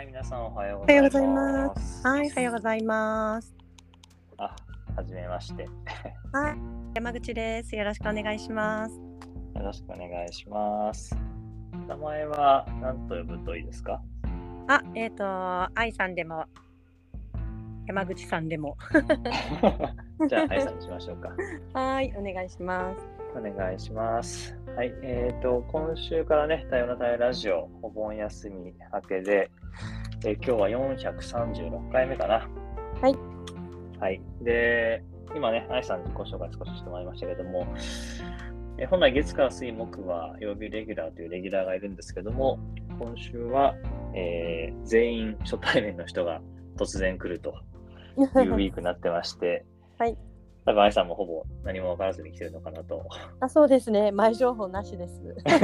はい、皆さんおはようごおはようございざいまます。 す。はい、おはようございます。 あ、はじめまして。よはい、山口です。よろしくお願いします。 ろしくお願いします。名前は何と呼ぶといいですか？ 愛さんでも、山口さんでも。 じゃあ、愛さんにしましょうか。 はい、お願いします。 お願いします。はい、今週からね、多様なタイラジオ、お盆休み明けで、今日は436回目かな。 はい。 はい。で、今ね、愛さんに自己紹介少ししてもらいましたけども、本来月火水木は曜日レギュラーというレギュラーがいるんですけども、今週は、全員初対面の人が突然来るというウィークになってまして、 はい。 多分愛さんもほぼ何も分からずに来てるのかなと。 そうですね。前情報なしです。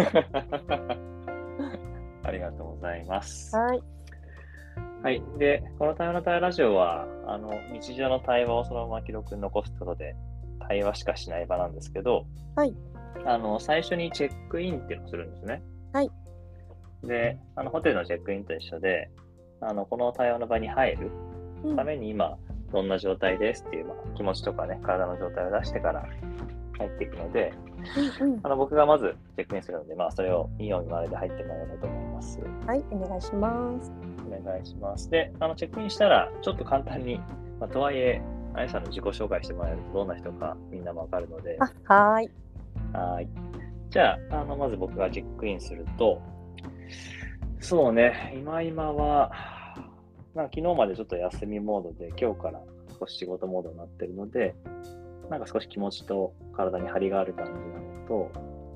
ありがとうございます。 はい。 はい。で、この多様なタイラジオは、日常の対話をそのまま記録に残すことで、対話しかしない場なんですけど、 はい。 最初にチェックインっていうのをするんですね。 はい。 で、ホテルのチェックインと一緒で、この対話の場に入るために今、どんな状態ですっていう、気持ちとかね、体の状態を出してから入っていくので、僕がまずチェックインするので、それをいいようにまで入ってもらえればと思います。 はい、お願いします。 お願いします。で、チェックインしたら、ちょっと簡単に、とはいえ、あやさんの自己紹介してもらえると、どんな人かみんなもわかるので。 はい。 はい。じゃあ、まず僕がチェックインすると、そうね、今は、昨日までちょっと休みモードで、今日から少し仕事モードになってるので、少し気持ちと体に張りがある感じなのと、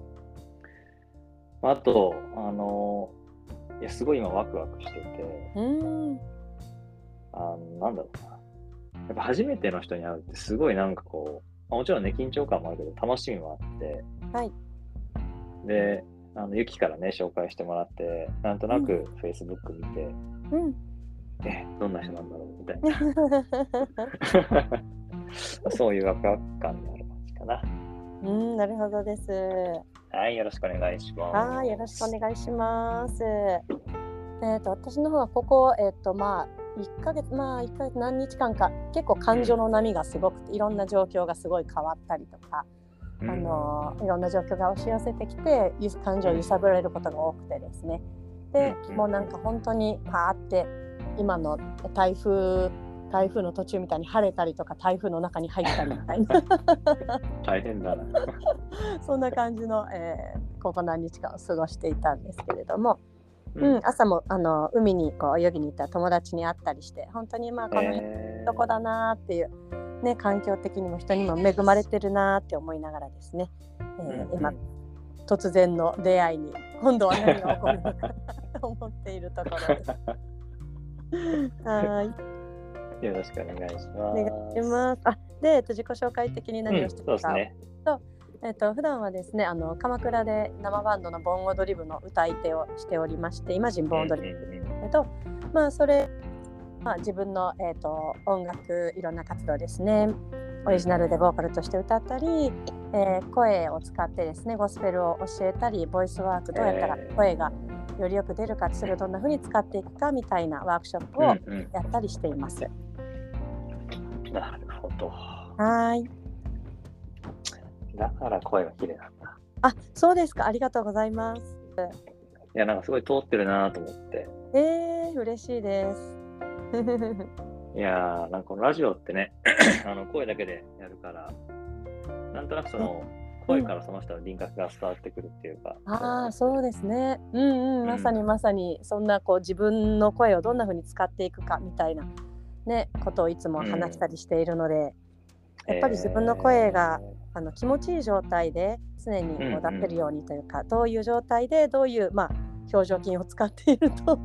あと、すごい今ワクワクしてて、なんだろうな。やっぱ初めての人に会うってすごいもちろんね、緊張感もあるけど、楽しみもあって、 はい。 で、ゆきからね、紹介してもらって、なんとなく Facebook 見て、どんな人なんだろうみたいな。そういうワクワク感になる感じかな。 なるほどです。 はい、よろしくお願いします。 はい、よろしくお願いします。私の方はここ、1ヶ月、1ヶ月何日間か、結構感情の波がすごくて、いろんな状況がすごい変わったりとか、いろんな状況が押し寄せてきて、感情を揺さぶられることが多くてですね。で、もう本当にパーって今の台風の途中みたいに晴れたりとか、台風の中に入ったりみたいな大変だなそんな感じの、ここ何日間を過ごしていたんですけれども、朝も海に泳ぎに行った友達に会ったりして、本当にこの辺どこだなっていう、ね、環境的にも人にも恵まれてるなって思いながらですね、今突然の出会いに今度は何が起こるのかと思っているところです。はい。 よろしくお願いします。 お願いします。で、自己紹介的に何をしているかと、普段はですね、鎌倉で生バンドの盆踊り部の歌い手をしておりまして、イマジン盆踊り部ですけど、それ、自分の、音楽いろんな活動ですね、オリジナルでボーカルとして歌ったり、声を使ってですねゴスペルを教えたり、ボイスワークどうやったら声がよりよく出るか、それをどんな風に使っていくかみたいなワークショップをやったりしています。 なるほど。 はい。 だから声が綺麗なんだ。 そうですか。ありがとうございます。 いや、すごい通ってるなと思って。 嬉しいです。 いやこのラジオってね声だけでやるから、なんとなくその声からその人の輪郭が伝わってくるっていうか。 そうですね。まさにそんな自分の声をどんな風に使っていくかみたいなねことをいつも話したりしているので、やっぱり自分の声が気持ちいい状態で常に出せるようにというか、どういう状態でどういう表情筋を使っていると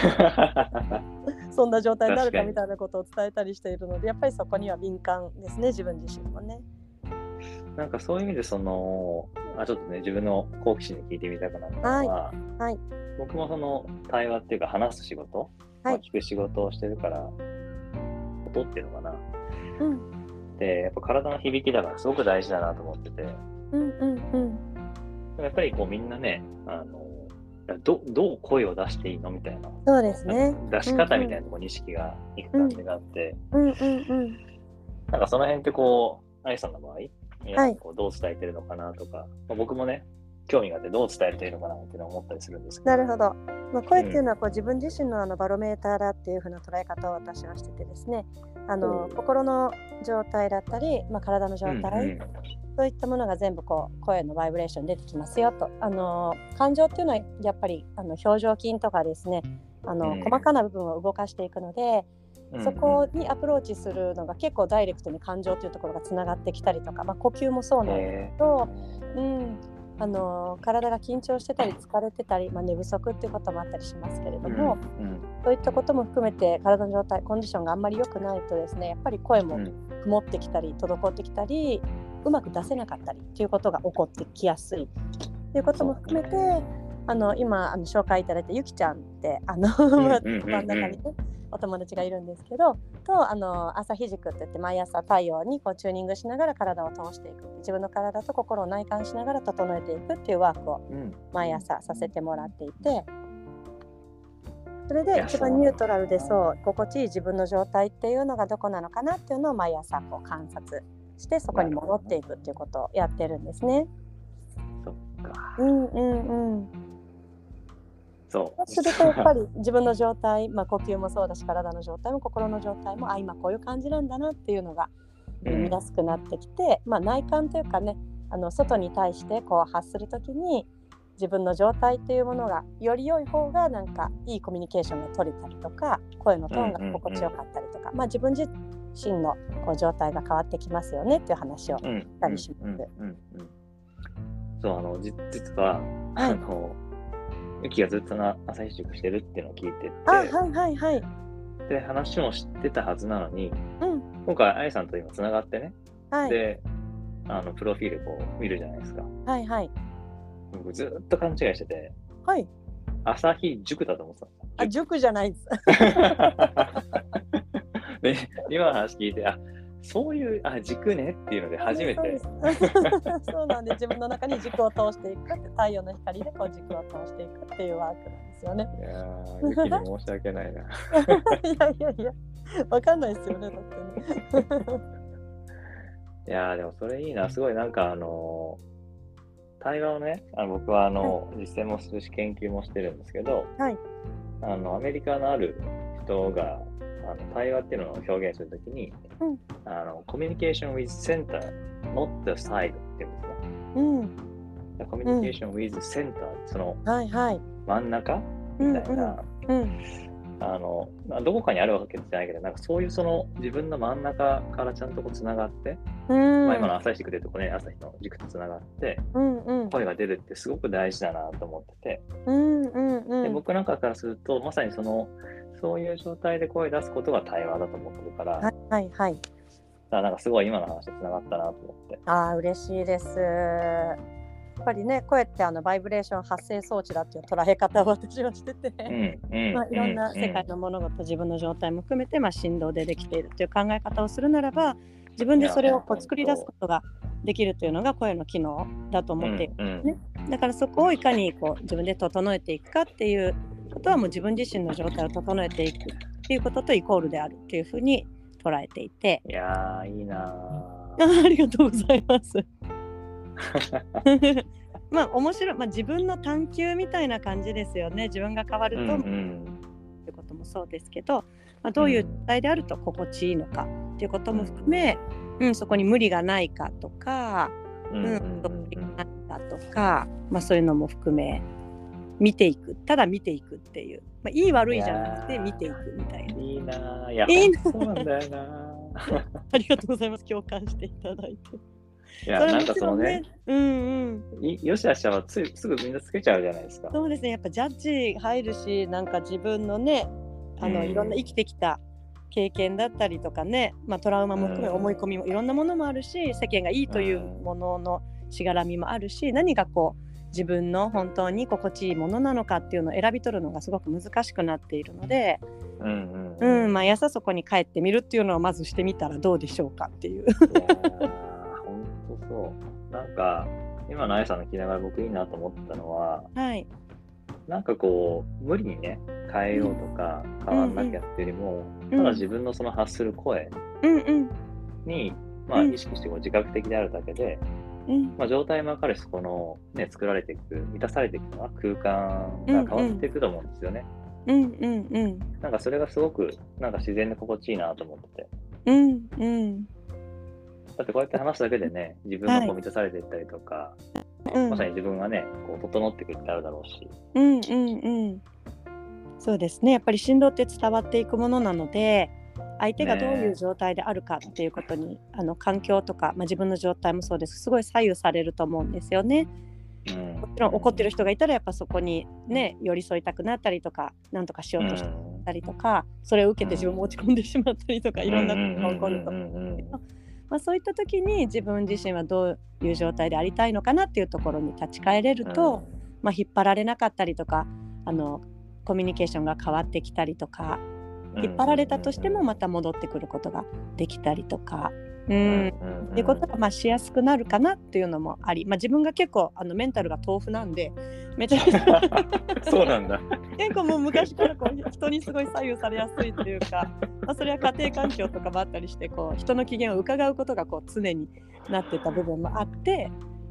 そんな状態になるかみたいなことを伝えたりしているので、やっぱりそこには敏感ですね、自分自身もね。 そういう意味でちょっとね、自分の好奇心で聞いてみたくなったのは、僕もその対話っていうか話す仕事、聞く仕事をしてるから、音っていうのかな。で、やっぱ体の響きだからすごく大事だなと思ってて、やっぱりみんなね、 どう声を出していいのみたいな。 そうですね。 出し方みたいなところに意識がいく感じがあって、なんかその辺ってこう、愛さんの場合、皆さんこうどう伝えてるのかなとか、僕もね、興味があってどう伝えているのかなっていうのを思ったりするんですけど。 なるほど。声っていうのはこう自分自身のバロメーターだっていう風な捉え方を私はしててですね、心の状態だったり、体の状態、そういったものが全部こう声のバイブレーション出てきますよと。感情っていうのはやっぱり表情筋とかですね、細かな部分を動かしていくので、そこにアプローチするのが結構ダイレクトに感情というところがつながってきたりとか、呼吸もそうなんですけど、体が緊張してたり疲れてたり、寝不足っていうこともあったりしますけれども、そういったことも含めて体の状態コンディションがあんまり良くないとですね、やっぱり声も曇ってきたり滞ってきたりうまく出せなかったりっていうことが起こってきやすいっていうことも含めて、今紹介いただいたゆきちゃんって真ん中にねお友達がいるんですけど、と朝日軸って言って毎朝太陽にこうチューニングしながら体を通していく、自分の体と心を内観しながら整えていくっていうワークを毎朝させてもらっていて、それで一番ニュートラルで心地いい自分の状態っていうのがどこなのかなっていうのを毎朝こう観察してそこに戻っていくっていうことをやってるんですね。 そっか。 そうするとやっぱり自分の状態、呼吸もそうだし体の状態も心の状態も今こういう感じなんだなっていうのが見やすくなってきて、内観というかね、外に対してこう発するときに自分の状態っていうものがより良い方がなんかいいコミュニケーションが取れたりとか、声のトーンが心地よかったりとか、自分自身のこう状態が変わってきますよねっていう話をしたりします。 そう実は、ゆきがずっと朝日塾してるっていうのを聞いてて、で話も知ってたはずなのに、今回あやさんと今つながってね、でプロフィールこう見るじゃないですか。僕ずっと勘違いしてて、朝日塾だと思ってた。 塾じゃないです。 で今の話聞いて、そういう軸ねっていうので初めてそうなんで、自分の中に軸を通していくって、太陽の光でこう軸を通していくっていうワークなんですよね。 いやー、ゆきに申し訳ないな。いやわかんないですよね、だってね。 いやー、でもそれいいな。すごいなんか対話をね、僕は実践もするし研究もしてるんですけど、アメリカのある人が対話っていうのを表現するときに、コミュニケーション with center, not the side っていうんですね。コミュニケーション with center、その真ん中みたいな、どこかにあるわけじゃないけど、なんかそういうその自分の真ん中からちゃんとこうつながって、今の朝日軸でいうとこね、朝日の軸とつながって、声が出るってすごく大事だなと思ってて、で僕なんかからするとまさにそういう状態で声出すことが対話だと思ってるから、だからなんかすごい今の話とつながったなと思って。 嬉しいです。やっぱりね、声ってバイブレーション発生装置だっていう捉え方を私はしてて、いろんな世界の物事、自分の状態も含めて、振動でできているという考え方をするならば、自分でそれをこう作り出すことができるというのが声の機能だと思っている、だからそこをいかにこう自分で整えていくかっていうことは、もう自分自身の状態を整えていくっていうこととイコールであるっていうふうに捉えていて。 いやー、いいなありがとうございます面白い、自分の探求みたいな感じですよね。自分が変わると、ってこともそうですけど、どういう状態であると心地いいのかっていうことも含め、そこに無理がないかとか、どういうかとか、そういうのも含め見ていく、ただ見ていくっていう、いい悪いじゃなくて見ていくみたいな。 いいなぁ。いや、そうなんだよなありがとうございます。共感していただいて。 いや、なんかそのね、よしあしはすぐみんなつけちゃうじゃないですか。 そうですね、やっぱジャッジ入るし、なんか自分のね、いろんな生きてきた経験だったりとかね、トラウマも含め思い込みもいろんなものもあるし、世間がいいというもののしがらみもあるし、何がこう自分の本当に心地いいものなのかっていうのを選び取るのがすごく難しくなっているので、毎朝そこに帰ってみるっていうのをまずしてみたらどうでしょうかっていう。 本当そう。なんか今のあやさんの聞きながら僕いいなと思ったのは、 なんかこう、無理にね、変えようとか、変わんなきゃっていうよりも、ただ自分のその発する声に、意識して自覚的であるだけで、状態もわかるし、この、ね、作られていく、満たされていくのは空間が変わっていくと思うんですよね。なんかそれがすごく、なんか自然で心地いいなと思ってて。だってこうやって話すだけでね、自分がこう満たされていったりとか、まさに自分がね、こう整っていくってあるだろうし。 そうですね。やっぱり振動って伝わっていくものなので、相手がどういう状態であるかっていうことに、環境とか、自分の状態もそうです。すごい左右されると思うんですよね。もちろん怒ってる人がいたらやっぱそこにね寄り添いたくなったりとか、なんとかしようとしたりとか、それを受けて自分も落ち込んでしまったりとか、いろんなことが起こると思うんですけど、そういった時に自分自身はどういう状態でありたいのかなっていうところに立ち返れると、引っ張られなかったりとか、コミュニケーションが変わってきたりとか、引っ張られたとしてもまた戻ってくることができたりとか、っていうことがしやすくなるかなっていうのもあり、自分が結構メンタルが豆腐なんで、めちゃくちゃそうなんだ。 結構もう昔から人にすごい左右されやすいっていうか、それは家庭環境とかもあったりして、人の機嫌を伺うことが常になってた部分もあって、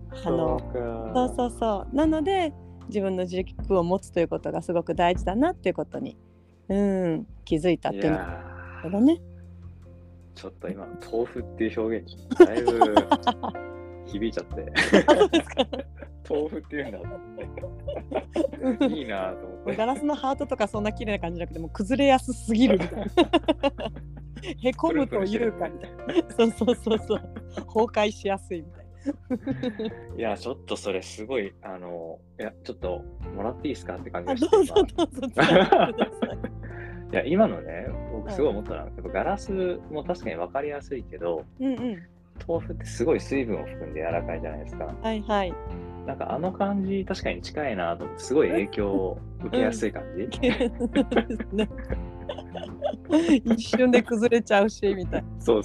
そうなので自分の軸を持つということがすごく大事だなっていうことに気づいたっていうのね。 ちょっと今豆腐っていう表現だいぶ響いちゃって豆腐っていうんだっていいなと思って。 ガラスのハートとかそんな綺麗な感じじゃなくて、もう崩れやすすぎるみたいなへこむというかみたいなそう崩壊しやすいみたいな。 いやちょっとそれすごいいやちょっともらっていいですかって感じがして。 どうぞいや今のね、僕すごい思ったのは、やっぱガラスも確かに分かりやすいけど、豆腐ってすごい水分を含んで柔らかいじゃないですか。なんか感じ確かに近いなと思って、すごい影響を受けやすい感じ、 一瞬で崩れちゃうしみたいな。 そう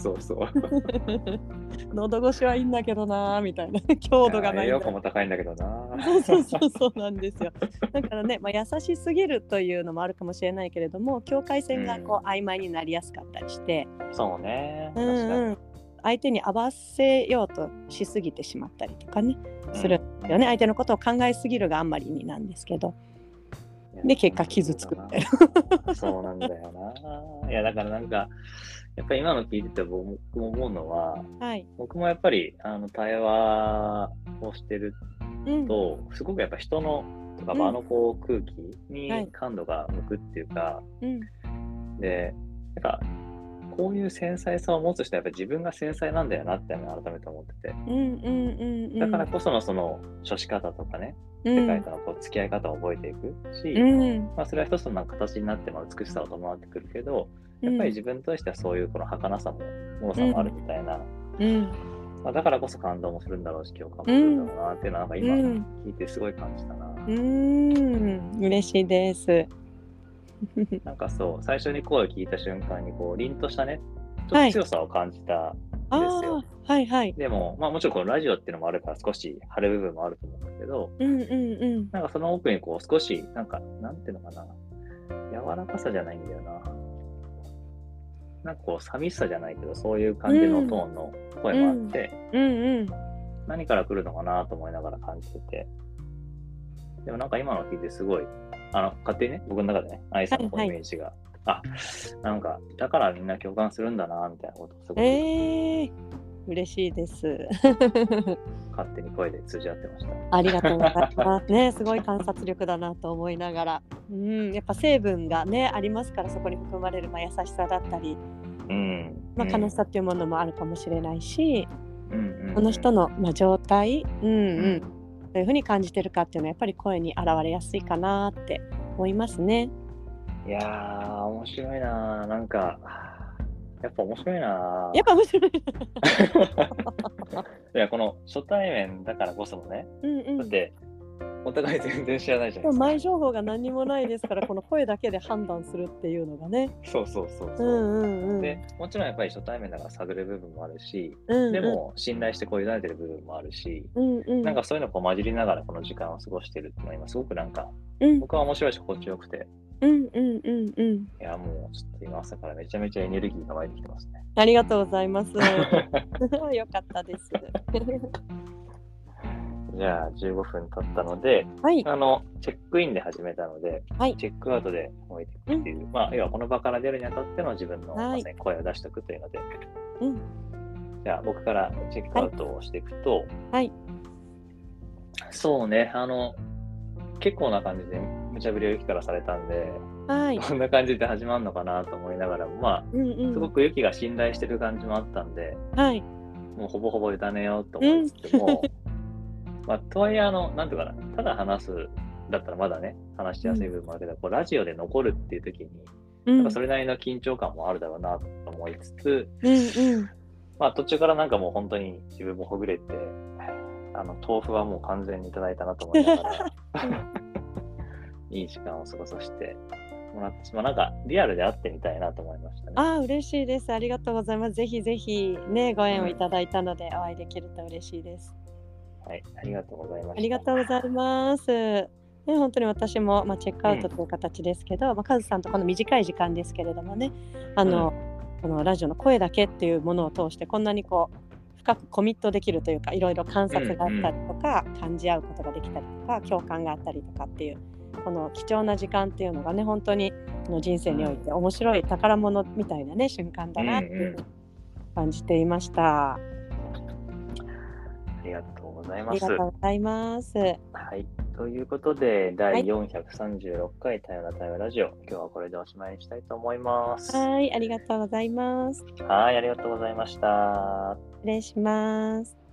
喉越しはいいんだけどなみたいな強度がない。 栄養価も高いんだけどな。 そうなんですよ。だからね、優しすぎるというのもあるかもしれないけれども、境界線が曖昧になりやすかったりして、 そうね、確かに相手に合わせようとしすぎてしまったりとかね、するよね。相手のことを考えすぎるがあんまりになんですけど、で結果傷つくってそうなんだよな。いやだからなんかやっぱり今の聞いてて僕も思うのは、僕もやっぱり対話をしてると、すごくやっぱ人のとか場の空気に感度が向くっていうか、でなんかこういう繊細さを持つ人はやっぱり自分が繊細なんだよなって改めて思ってて、だからこそのその処し方とかね、世界との付き合い方を覚えていくし、それは一つの形になっても美しさを伴ってくるけど、やっぱり自分としてはそういうこの儚さも脆さもあるみたいな、だからこそ感動もするんだろうし、共感もするんだろうなっていうのはなんか今聞いてすごい感じたな。 嬉しいです。 なんかそう、最初に声を聞いた瞬間に凛としたね、ちょっと強さを感じたんですよ。でも、もちろんこのラジオっていうのもあるから少し張る部分もあると思うんだけど、なんかその奥に少し、なんか、なんていうのかな、柔らかさじゃないんだよな。なんか寂しさじゃないけど、そういう感じのトーンの声もあって、何から来るのかなと思いながら感じてて、でもなんか今の聞いてすごい、勝手にね、僕の中でね、愛さんのイメージが、なんか、だからみんな共感するんだな、みたいなことをすごく。 嬉しいです。 勝手に声で通じ合ってました。 ありがとうございますね。すごい観察力だなと思いながら、やっぱ成分がねありますから、そこに含まれる優しさだったり、悲しさっていうものもあるかもしれないし、この人の状態、どういうふうに感じてるかっていうのはやっぱり声に現れやすいかなって思いますね。 いやー面白いな。なんかやっぱ面白いな。 やっぱ面白いいやこの初対面だからこそもね、だってお互い全然知らないじゃないですか。 前情報が何もないですからこの声だけで判断するっていうのがね。 でもちろんやっぱり初対面だから探る部分もあるし、でも信頼して委ねてる部分もあるし、なんかそういうの混じりながらこの時間を過ごしてるっていうのは今すごくなんか僕は面白いし心地よくて。いや、もうちょっと今朝からめちゃめちゃエネルギーが湧いてきてますね。 ありがとうございます。よかったです。 じゃあ15分経ったので、 はい、 チェックインで始めたので、 はい、 チェックアウトで置いていくっていう、要はこの場から出るにあたっての自分のまさに声を出しておくというので、じゃあ僕からチェックアウトをしていくと、そうね、結構な感じで無茶ぶりをユキからされたんで、こんな感じで始まるのかなと思いながらも、すごくユキが信頼してる感じもあったんで、もうほぼほぼ委ねようと思いつつも、とはいえ、なんていうかな、ただ話すだったらまだね、話しやすい部分もあるけど、こうラジオで残るっていう時に、なんかそれなりの緊張感もあるだろうなと思いつつ、途中からなんかもう本当に自分もほぐれて、豆腐はもう完全にいただいたなと思いながら、いい時間を過ごさせてもらって、なんかリアルで会ってみたいなと思いましたね。 嬉しいです。ありがとうございます。ぜひぜひね、ご縁をいただいたので、お会いできると嬉しいです。 はい、ありがとうございました。 ありがとうございます。ね、本当に私も、チェックアウトという形ですけど、カズさんとこの短い時間ですけれどもね、このラジオの声だけっていうものを通してこんなにこう深くコミットできるというか、いろいろ観察があったりとか、感じ合うことができたりとか、共感があったりとかっていうこの貴重な時間っていうのがね、本当に人生において面白い宝物みたいなね瞬間だなっていう感じていました。 ありがとうございます。 ありがとうございます。 はい、ということで第436回多様な対話ラジオ、今日はこれでおしまいにしたいと思います。 はい、ありがとうございます。 はい、ありがとうございました。 失礼します。